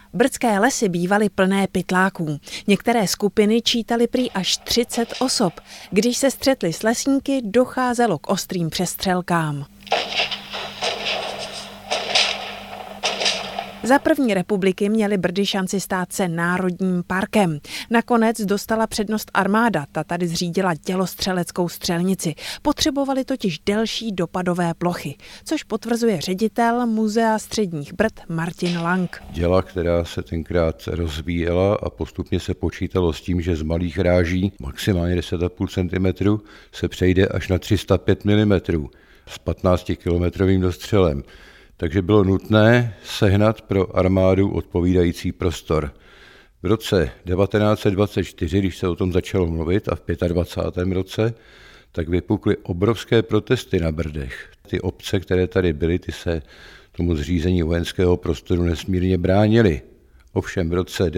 Brdské lesy bývaly plné pytláků. Některé skupiny čítaly prý až 30 osob. Když se střetli s lesníky, docházelo k ostrým přestřelkám. Za první republiky měly Brdy šanci stát se národním parkem. Nakonec dostala přednost armáda, ta tady zřídila dělostřeleckou střelnici. Potřebovali totiž delší dopadové plochy, což potvrzuje ředitel Muzea středních Brd Martin Lang. Děla, která se tenkrát rozvíjela a postupně se počítalo s tím, že z malých ráží maximálně 10,5 cm se přejde až na 305 mm s 15-kilometrovým dostřelem. Takže bylo nutné sehnat pro armádu odpovídající prostor. V roce 1924, když se o tom začalo mluvit, a v 25. roce, tak vypukly obrovské protesty na Brdech. Ty obce, které tady byly, ty se tomu zřízení vojenského prostoru nesmírně bránily. Ovšem v roce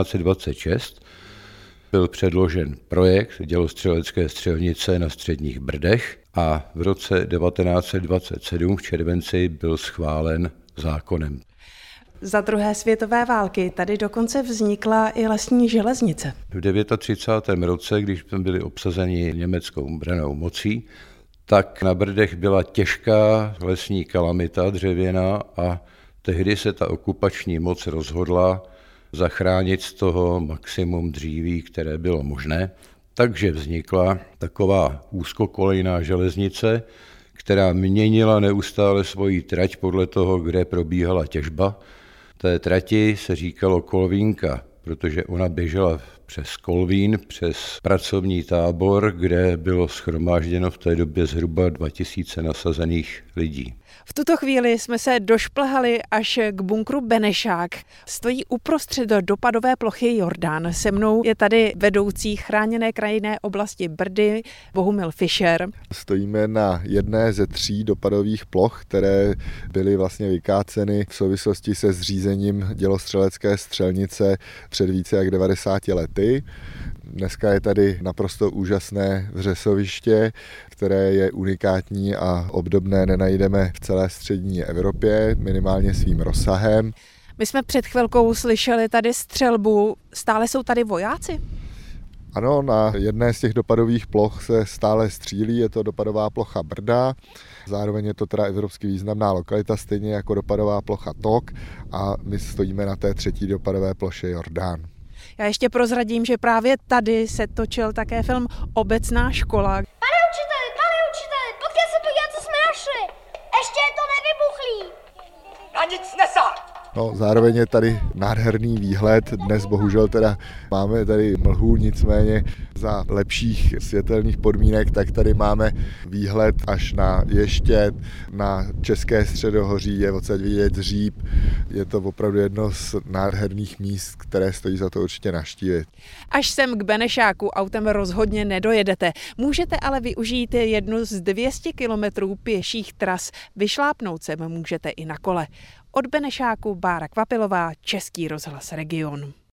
1926 byl předložen projekt dělostřelecké střelnice na středních Brdech a v roce 1927 v červenci byl schválen zákonem. Za druhé světové války tady dokonce vznikla i lesní železnice. V 39. roce, když jsme byli obsazeni německou brannou mocí, tak na Brdech byla těžká lesní kalamita dřevěná a tehdy se ta okupační moc rozhodla zachránit z toho maximum dříví, které bylo možné. Takže vznikla taková úzkokolejná železnice, která měnila neustále svoji trať podle toho, kde probíhala těžba. Té trati se říkalo Kolvínka, protože ona běžela přes Kolvín, přes pracovní tábor, kde bylo shromážděno v té době zhruba 2000 nasazených lidí. V tuto chvíli jsme se došplhali až k bunkru Benešák. Stojí uprostřed dopadové plochy Jordán. Se mnou je tady vedoucí chráněné krajinné oblasti Brdy Bohumil Fischer. Stojíme na jedné ze 3 dopadových ploch, které byly vlastně vykáceny v souvislosti se zřízením dělostřelecké střelnice před více jak 90 lety. Dneska je tady naprosto úžasné vřesoviště, které je unikátní a obdobné nenajdeme v celé střední Evropě, minimálně svým rozsahem. My jsme před chvilkou slyšeli tady střelbu. Stále jsou tady vojáci? Ano, na jedné z těch dopadových ploch se stále střílí, je to dopadová plocha Brda, zároveň je to teda evropsky významná lokalita, stejně jako dopadová plocha Tok a my stojíme na té 3. dopadové ploše Jordán. Já ještě prozradím, že právě tady se točil také film Obecná škola. Pane učiteli, pojďte se podívat, co jsme našli. Ještě je to nevybuchlý. Na nic nesát! No, zároveň je tady nádherný výhled, dnes bohužel teda máme tady mlhu, nicméně za lepších světelných podmínek, tak tady máme výhled až na Ještěd, na České středohoří, je odsaď vidět Říp, je to opravdu jedno z nádherných míst, které stojí za to určitě navštívit. Až sem k Benešáku autem rozhodně nedojedete, můžete ale využít jednu z 200 kilometrů pěších tras, vyšlápnout sem můžete i na kole. Od Benešáku Bára Kvapilová, Český rozhlas Region.